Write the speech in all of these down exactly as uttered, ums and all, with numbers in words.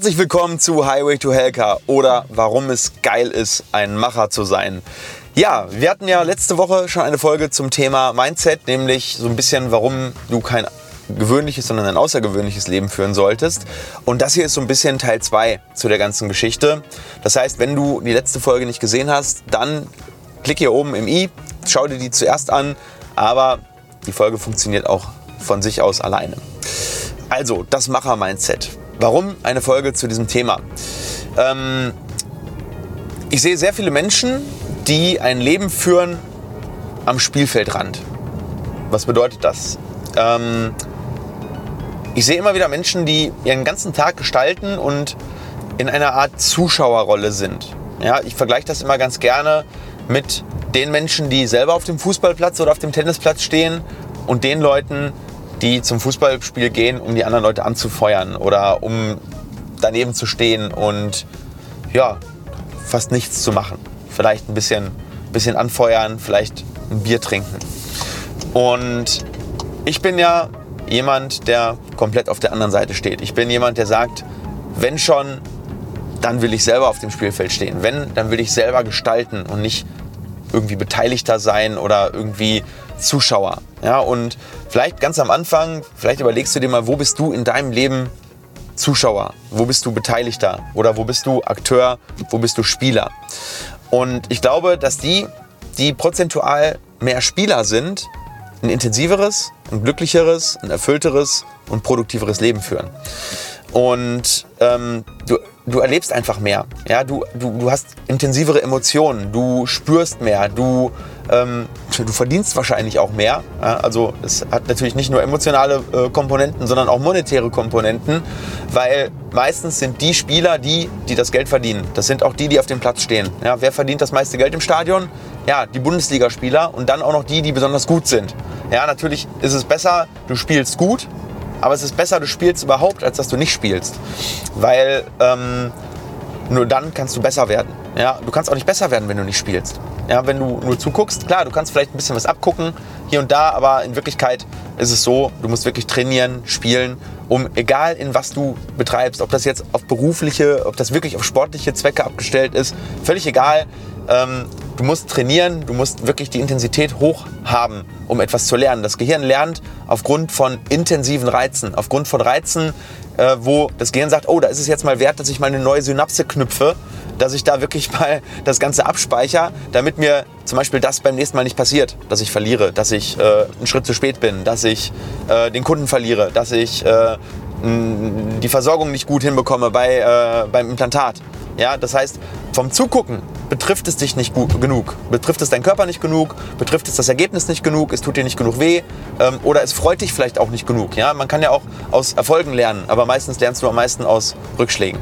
Herzlich willkommen zu Highway to Hellcar oder warum es geil ist, ein Macher zu sein. Ja, wir hatten ja letzte Woche schon eine Folge zum Thema Mindset, nämlich so ein bisschen, warum du kein gewöhnliches, sondern ein außergewöhnliches Leben führen solltest. Und das hier ist so ein bisschen Teil zwei zu der ganzen Geschichte. Das heißt, wenn du die letzte Folge nicht gesehen hast, dann klick hier oben im i, schau dir die zuerst an, aber die Folge funktioniert auch von sich aus alleine. Also, das Macher-Mindset. Warum eine Folge zu diesem Thema? Ähm, ich sehe sehr viele Menschen, die ein Leben führen am Spielfeldrand. Was bedeutet das? Ähm, ich sehe immer wieder Menschen, die ihren ganzen Tag gestalten und in einer Art Zuschauerrolle sind. Ja, ich vergleiche das immer ganz gerne mit den Menschen, die selber auf dem Fußballplatz oder auf dem Tennisplatz stehen und den Leuten, die zum Fußballspiel gehen, um die anderen Leute anzufeuern oder um daneben zu stehen und ja, fast nichts zu machen. Vielleicht ein bisschen, bisschen anfeuern, vielleicht ein Bier trinken. Und ich bin ja jemand, der komplett auf der anderen Seite steht. Ich bin jemand, der sagt, wenn schon, dann will ich selber auf dem Spielfeld stehen. Wenn, dann will ich selber gestalten und nicht irgendwie Beteiligter sein oder irgendwie Zuschauer. Ja, und vielleicht ganz am Anfang, vielleicht überlegst du dir mal, wo bist du in deinem Leben Zuschauer? Wo bist du Beteiligter? Oder wo bist du Akteur? Wo bist du Spieler? Und ich glaube, dass die, die prozentual mehr Spieler sind, ein intensiveres, ein glücklicheres, ein erfüllteres und produktiveres Leben führen. Und ähm, du, du erlebst einfach mehr. Ja? Du, du, du hast intensivere Emotionen, du spürst mehr, du, ähm, du verdienst wahrscheinlich auch mehr. Ja? Also es hat natürlich nicht nur emotionale äh, Komponenten, sondern auch monetäre Komponenten, weil meistens sind die Spieler die, die das Geld verdienen. Das sind auch die, die auf dem Platz stehen. Ja? Wer verdient das meiste Geld im Stadion? Ja, die Bundesligaspieler und dann auch noch die, die besonders gut sind. Ja, natürlich ist es besser, du spielst gut, aber es ist besser, du spielst überhaupt, als dass du nicht spielst. Weil ähm, nur dann kannst du besser werden. Ja? Du kannst auch nicht besser werden, wenn du nicht spielst. Ja, wenn du nur zuguckst, klar, du kannst vielleicht ein bisschen was abgucken, hier und da, aber in Wirklichkeit ist es so, du musst wirklich trainieren, spielen, um, egal in was du betreibst, ob das jetzt auf berufliche, ob das wirklich auf sportliche Zwecke abgestellt ist, völlig egal. Ähm, du musst trainieren, du musst wirklich die Intensität hoch haben, um etwas zu lernen. Das Gehirn lernt aufgrund von intensiven Reizen, aufgrund von Reizen, äh, wo das Gehirn sagt, oh, da ist es jetzt mal wert, dass ich mal eine neue Synapse knüpfe, dass ich da wirklich mal das Ganze abspeichere, damit mir zum Beispiel das beim nächsten Mal nicht passiert, dass ich verliere, dass ich äh, einen Schritt zu spät bin, dass ich äh, den Kunden verliere, dass ich äh, die Versorgung nicht gut hinbekomme bei, äh, beim Implantat. Ja, das heißt, vom Zugucken betrifft es dich nicht gut genug, betrifft es deinen Körper nicht genug, betrifft es das Ergebnis nicht genug, es tut dir nicht genug weh ähm, oder es freut dich vielleicht auch nicht genug. Ja? Man kann ja auch aus Erfolgen lernen, aber meistens lernst du am meisten aus Rückschlägen.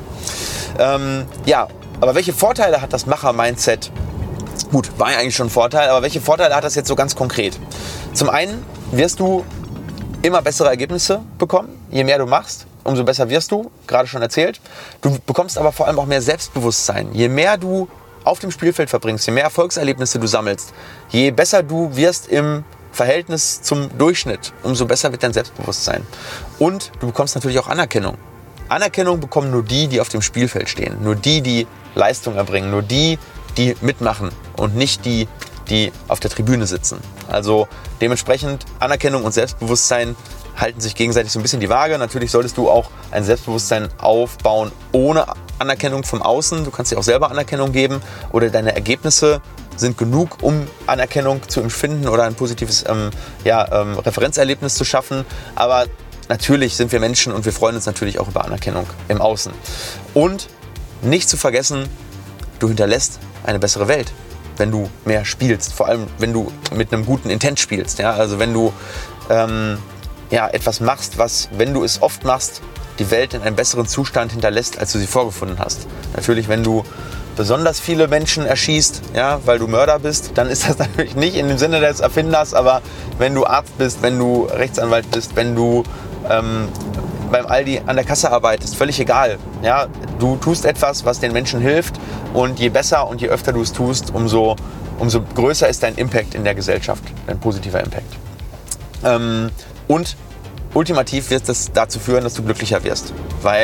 Ähm, ja, aber welche Vorteile hat das Macher-Mindset? Gut, war ja eigentlich schon ein Vorteil, aber welche Vorteile hat das jetzt so ganz konkret? Zum einen wirst du immer bessere Ergebnisse bekommen, je mehr du machst. Umso besser wirst du, gerade schon erzählt. Du bekommst aber vor allem auch mehr Selbstbewusstsein. Je mehr du auf dem Spielfeld verbringst, je mehr Erfolgserlebnisse du sammelst, je besser du wirst im Verhältnis zum Durchschnitt, umso besser wird dein Selbstbewusstsein. Und du bekommst natürlich auch Anerkennung. Anerkennung bekommen nur die, die auf dem Spielfeld stehen. Nur die, die Leistung erbringen. Nur die, die mitmachen und nicht die, die auf der Tribüne sitzen. Also dementsprechend Anerkennung und Selbstbewusstsein halten sich gegenseitig so ein bisschen die Waage. Natürlich solltest du auch ein Selbstbewusstsein aufbauen ohne Anerkennung vom Außen. Du kannst dir auch selber Anerkennung geben oder deine Ergebnisse sind genug, um Anerkennung zu empfinden oder ein positives ähm, ja, ähm, Referenzerlebnis zu schaffen. Aber natürlich sind wir Menschen und wir freuen uns natürlich auch über Anerkennung im Außen. Und nicht zu vergessen, du hinterlässt eine bessere Welt, wenn du mehr spielst. Vor allem, wenn du mit einem guten Intent spielst. Ja? Also wenn du ähm, ja, etwas machst, was, wenn du es oft machst, die Welt in einen besseren Zustand hinterlässt, als du sie vorgefunden hast. Natürlich, wenn du besonders viele Menschen erschießt, ja, weil du Mörder bist, dann ist das natürlich nicht in dem Sinne des Erfinders, aber wenn du Arzt bist, wenn du Rechtsanwalt bist, wenn du ähm, beim Aldi an der Kasse arbeitest, völlig egal. Ja, du tust etwas, was den Menschen hilft und je besser und je öfter du es tust, umso, umso größer ist dein Impact in der Gesellschaft, dein positiver Impact. Ähm, Und ultimativ wird es dazu führen, dass du glücklicher wirst. Weil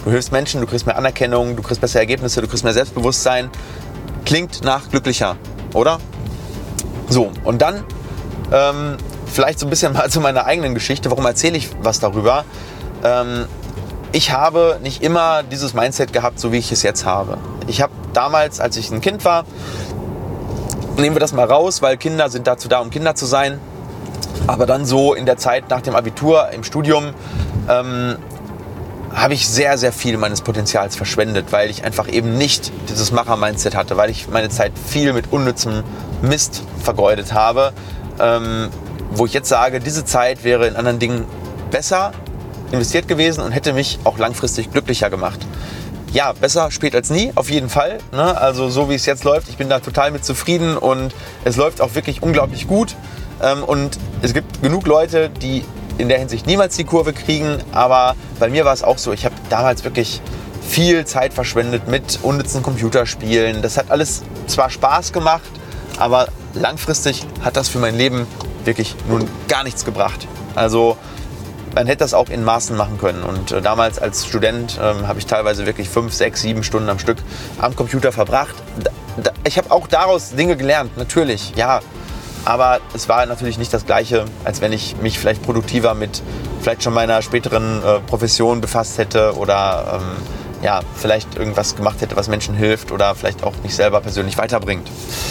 Du hilfst Menschen, du kriegst mehr Anerkennung, du kriegst bessere Ergebnisse, du kriegst mehr Selbstbewusstsein. Klingt nach glücklicher, oder? So, und dann ähm, vielleicht so ein bisschen mal zu meiner eigenen Geschichte. Warum erzähle ich was darüber? Ähm, ich habe nicht immer dieses Mindset gehabt, so wie ich es jetzt habe. Ich habe damals, als ich ein Kind war, nehmen wir das mal raus, weil Kinder sind dazu da, um Kinder zu sein. Aber dann so in der Zeit nach dem Abitur, im Studium, ähm, habe ich sehr, sehr viel meines Potenzials verschwendet, weil ich einfach eben nicht dieses Macher-Mindset hatte, weil ich meine Zeit viel mit unnützem Mist vergeudet habe, ähm, wo ich jetzt sage, diese Zeit wäre in anderen Dingen besser investiert gewesen und hätte mich auch langfristig glücklicher gemacht. Ja, besser spät als nie, auf jeden Fall. Ne? Also so wie es jetzt läuft, ich bin da total mit zufrieden und es läuft auch wirklich unglaublich gut. Ähm, und es gibt genug Leute, die in der Hinsicht niemals die Kurve kriegen, aber bei mir war es auch so, ich habe damals wirklich viel Zeit verschwendet mit unnützen Computerspielen. Das hat alles zwar Spaß gemacht, aber langfristig hat das für mein Leben wirklich nun gar nichts gebracht. Also man hätte das auch in Maßen machen können. Und äh, damals als Student ähm, habe ich teilweise wirklich fünf, sechs, sieben Stunden am Stück am Computer verbracht. Da, da, ich habe auch daraus Dinge gelernt, natürlich, ja. Aber es war natürlich nicht das Gleiche, als wenn ich mich vielleicht produktiver mit vielleicht schon meiner späteren äh, Profession befasst hätte oder ähm, ja, vielleicht irgendwas gemacht hätte, was Menschen hilft oder vielleicht auch mich selber persönlich weiterbringt.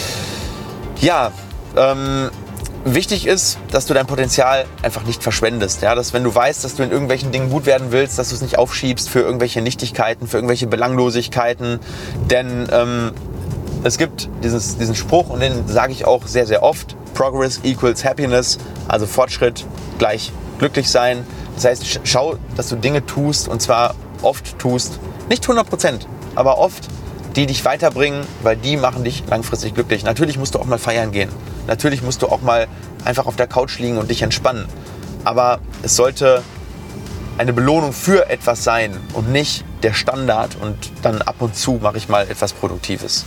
Ja, ähm, wichtig ist, dass du dein Potenzial einfach nicht verschwendest. Ja? Dass wenn du weißt, dass du in irgendwelchen Dingen gut werden willst, dass du es nicht aufschiebst für irgendwelche Nichtigkeiten, für irgendwelche Belanglosigkeiten. Denn ähm, es gibt dieses, diesen Spruch und den sage ich auch sehr, sehr oft. Progress equals Happiness, also Fortschritt gleich glücklich sein. Das heißt, schau, dass du Dinge tust und zwar oft tust, nicht hundert Prozent, aber oft, die dich weiterbringen, weil die machen dich langfristig glücklich. Natürlich musst du auch mal feiern gehen. Natürlich musst du auch mal einfach auf der Couch liegen und dich entspannen. Aber es sollte eine Belohnung für etwas sein und nicht der Standard und dann ab und zu mache ich mal etwas Produktives.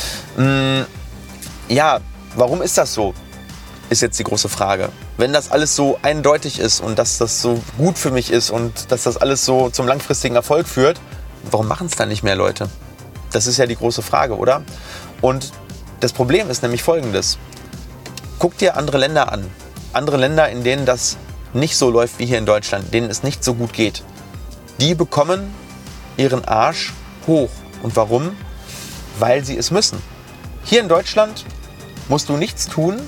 Ja, warum ist das so? Ist jetzt die große Frage. Wenn das alles so eindeutig ist und dass das so gut für mich ist und dass das alles so zum langfristigen Erfolg führt, warum machen es dann nicht mehr Leute? Das ist ja die große Frage, oder? Und das Problem ist nämlich folgendes. Guck dir andere Länder an. Andere Länder, in denen das nicht so läuft wie hier in Deutschland, denen es nicht so gut geht. Die bekommen ihren Arsch hoch. Und warum? Weil sie es müssen. Hier in Deutschland musst du nichts tun,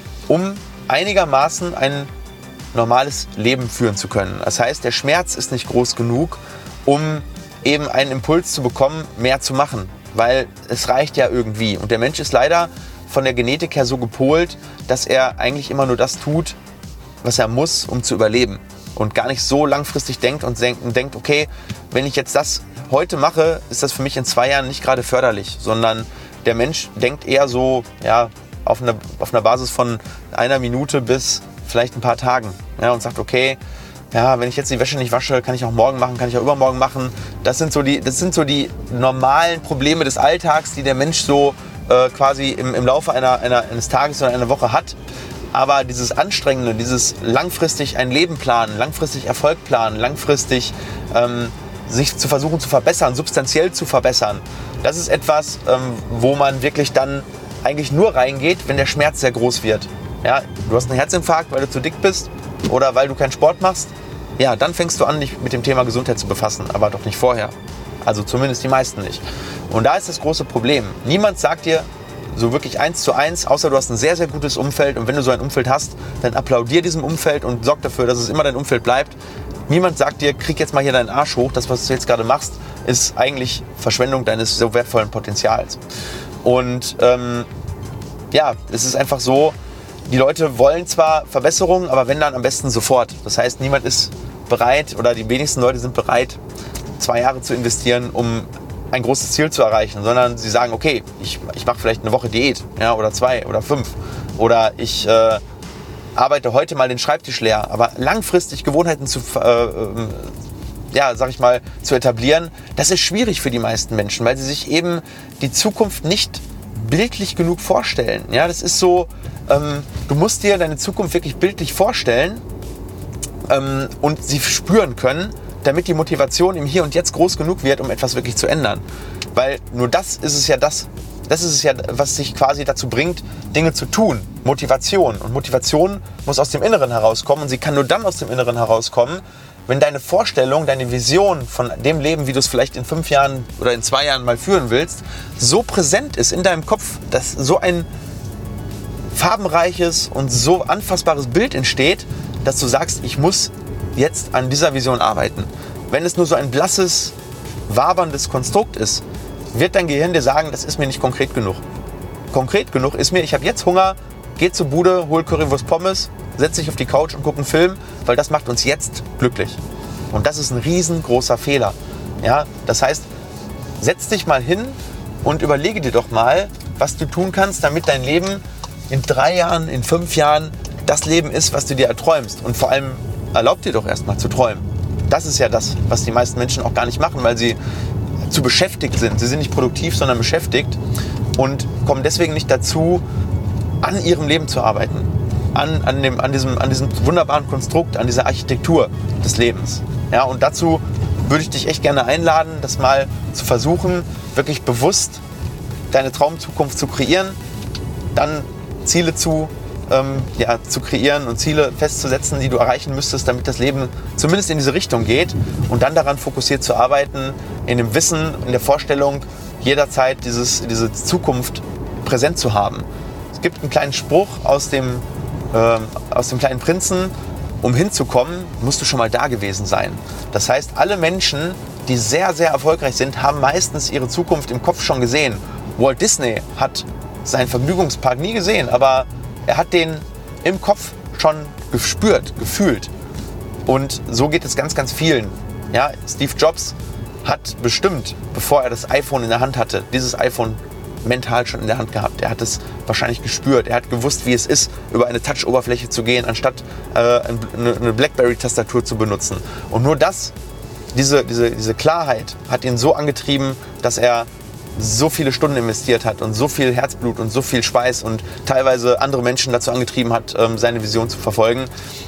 um einigermaßen ein normales Leben führen zu können. Das heißt, der Schmerz ist nicht groß genug, um eben einen Impuls zu bekommen, mehr zu machen. Weil es reicht ja irgendwie. Und der Mensch ist leider von der Genetik her so gepolt, dass er eigentlich immer nur das tut, was er muss, um zu überleben. Und gar nicht so langfristig denkt und denkt, okay, wenn ich jetzt das heute mache, ist das für mich in zwei Jahren nicht gerade förderlich. Sondern der Mensch denkt eher so, ja, auf einer, auf einer Basis von einer Minute bis vielleicht ein paar Tagen. Ja, und sagt, okay, ja, wenn ich jetzt die Wäsche nicht wasche, kann ich auch morgen machen, kann ich auch übermorgen machen. Das sind so die, das sind so die normalen Probleme des Alltags, die der Mensch so äh, quasi im, im Laufe einer, einer, eines Tages oder einer Woche hat. Aber dieses Anstrengende, dieses langfristig ein Leben planen, langfristig Erfolg planen, langfristig ähm, sich zu versuchen zu verbessern, substanziell zu verbessern, das ist etwas, ähm, wo man wirklich dann eigentlich nur reingeht, wenn der Schmerz sehr groß wird. Ja, du hast einen Herzinfarkt, weil du zu dick bist oder weil du keinen Sport machst. Ja, dann fängst du an, dich mit dem Thema Gesundheit zu befassen, aber doch nicht vorher. Also zumindest die meisten nicht. Und da ist das große Problem. Niemand sagt dir so wirklich eins zu eins, außer du hast ein sehr, sehr gutes Umfeld. Und wenn du so ein Umfeld hast, dann applaudier diesem Umfeld und sorg dafür, dass es immer dein Umfeld bleibt. Niemand sagt dir, krieg jetzt mal hier deinen Arsch hoch. Das, was du jetzt gerade machst, ist eigentlich Verschwendung deines so wertvollen Potenzials. Und ähm, ja, es ist einfach so, die Leute wollen zwar Verbesserungen, aber wenn dann am besten sofort. Das heißt, niemand ist bereit oder die wenigsten Leute sind bereit, zwei Jahre zu investieren, um ein großes Ziel zu erreichen, sondern sie sagen, okay, ich, ich mache vielleicht eine Woche Diät, ja, oder zwei oder fünf oder ich äh, arbeite heute mal den Schreibtisch leer, aber langfristig Gewohnheiten zu, äh, äh, ja, sag ich mal, zu etablieren, das ist schwierig für die meisten Menschen, weil sie sich eben die Zukunft nicht bildlich genug vorstellen. Ja, das ist so, ähm, du musst dir deine Zukunft wirklich bildlich vorstellen ähm, und sie spüren können, damit die Motivation im Hier und Jetzt groß genug wird, um etwas wirklich zu ändern. Weil nur das ist es ja das, das ist es ja, was dich quasi dazu bringt, Dinge zu tun. Motivation. Und Motivation muss aus dem Inneren herauskommen und sie kann nur dann aus dem Inneren herauskommen, wenn deine Vorstellung, deine Vision von dem Leben, wie du es vielleicht in fünf Jahren oder in zwei Jahren mal führen willst, so präsent ist in deinem Kopf, dass so ein farbenreiches und so anfassbares Bild entsteht, dass du sagst, ich muss jetzt an dieser Vision arbeiten. Wenn es nur so ein blasses, waberndes Konstrukt ist, wird dein Gehirn dir sagen, das ist mir nicht konkret genug. Konkret genug ist mir, ich habe jetzt Hunger, geh zur Bude, hol Currywurst Pommes, setz dich auf die Couch und guck einen Film, weil das macht uns jetzt glücklich. Und das ist ein riesengroßer Fehler. Ja, das heißt, setz dich mal hin und überlege dir doch mal, was du tun kannst, damit dein Leben in drei Jahren, in fünf Jahren das Leben ist, was du dir erträumst. Und vor allem erlaub dir doch erstmal zu träumen. Das ist ja das, was die meisten Menschen auch gar nicht machen, weil sie zu beschäftigt sind. Sie sind nicht produktiv, sondern beschäftigt und kommen deswegen nicht dazu, an ihrem Leben zu arbeiten. An, an, dem, an, diesem, an diesem wunderbaren Konstrukt, an dieser Architektur des Lebens. Ja, und dazu würde ich dich echt gerne einladen, das mal zu versuchen, wirklich bewusst deine Traumzukunft zu kreieren, dann Ziele zu, ähm, ja, zu kreieren und Ziele festzusetzen, die du erreichen müsstest, damit das Leben zumindest in diese Richtung geht und dann daran fokussiert zu arbeiten, in dem Wissen, in der Vorstellung, jederzeit dieses, diese Zukunft präsent zu haben. Es gibt einen kleinen Spruch aus dem, äh, aus dem kleinen Prinzen: Um hinzukommen, musst du schon mal da gewesen sein. Das heißt, alle Menschen, die sehr, sehr erfolgreich sind, haben meistens ihre Zukunft im Kopf schon gesehen. Walt Disney hat seinen Vergnügungspark nie gesehen, aber er hat den im Kopf schon gespürt, gefühlt. Und so geht es ganz, ganz vielen. Ja, Steve Jobs hat bestimmt, bevor er das iPhone in der Hand hatte, dieses iPhone mental schon in der Hand gehabt. Er hat es wahrscheinlich gespürt. Er hat gewusst, wie es ist, über eine Touch-Oberfläche zu gehen, anstatt äh, eine Blackberry-Tastatur zu benutzen. Und nur das, diese, diese, diese Klarheit hat ihn so angetrieben, dass er so viele Stunden investiert hat und so viel Herzblut und so viel Schweiß und teilweise andere Menschen dazu angetrieben hat, seine Vision zu verfolgen.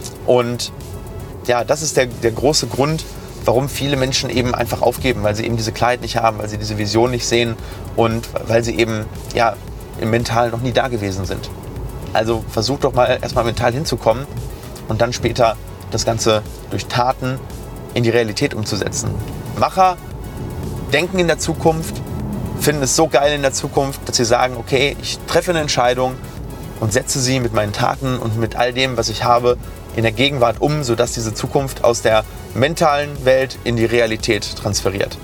Und ja, das ist der, der große Grund, warum viele Menschen eben einfach aufgeben, weil sie eben diese Klarheit nicht haben, weil sie diese Vision nicht sehen und weil sie eben ja, im Mental noch nie da gewesen sind. Also versuch doch mal erstmal mental hinzukommen und dann später das Ganze durch Taten in die Realität umzusetzen. Macher denken in der Zukunft, finden es so geil in der Zukunft, dass sie sagen, okay, ich treffe eine Entscheidung und setze sie mit meinen Taten und mit all dem, was ich habe, in der Gegenwart um, sodass diese Zukunft aus der mentalen Welt in die Realität transferiert.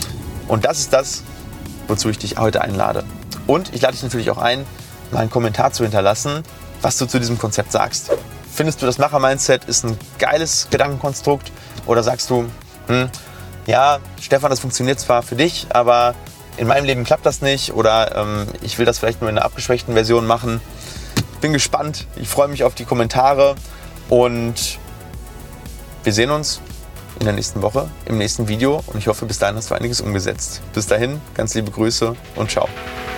Und das ist das, wozu ich dich heute einlade. Und ich lade dich natürlich auch ein, mal einen Kommentar zu hinterlassen, was du zu diesem Konzept sagst. Findest du, das Macher-Mindset ist ein geiles Gedankenkonstrukt? Oder sagst du, hm, ja, Stefan, das funktioniert zwar für dich, aber in meinem Leben klappt das nicht oder ähm, ich will das vielleicht nur in einer abgeschwächten Version machen. Bin gespannt, ich freue mich auf die Kommentare und wir sehen uns in der nächsten Woche, im nächsten Video und ich hoffe, bis dahin hast du einiges umgesetzt. Bis dahin, ganz liebe Grüße und ciao.